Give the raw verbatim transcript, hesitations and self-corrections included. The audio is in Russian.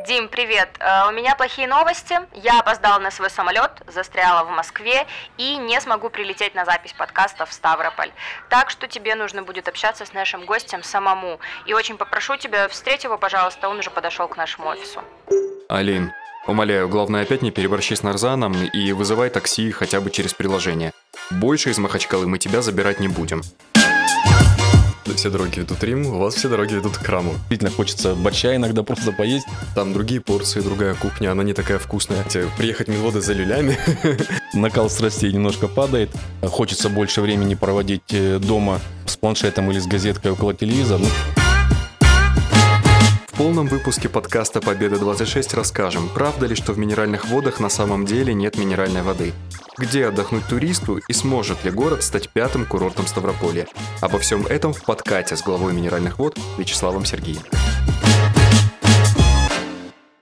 Дим, привет. Uh, у меня плохие новости. Я опоздала на свой самолет, застряла в Москве и не смогу прилететь на запись подкаста в Ставрополь. Так что тебе нужно будет общаться с нашим гостем самому. И очень попрошу тебя, встреть его, пожалуйста, он уже подошел к нашему офису. Алин, умоляю, главное опять не переборщи с Нарзаном и вызывай такси хотя бы через приложение. Больше из Махачкалы мы тебя забирать не будем. Все дороги ведут в Рим, у вас все дороги ведут к храму. Действительно хочется борща иногда просто поесть. Там другие порции, другая кухня, она не такая вкусная. Приехать медводы за люлями. Накал страстей немножко падает. Хочется больше времени проводить дома с планшетом или с газеткой около телевизора. В полном выпуске подкаста «Победа-двадцать шесть» расскажем, правда ли, что в минеральных водах на самом деле нет минеральной воды, где отдохнуть туристу и сможет ли город стать пятым курортом Ставрополья. Обо всем этом в подкасте с главой минеральных вод Вячеславом Сергеенко.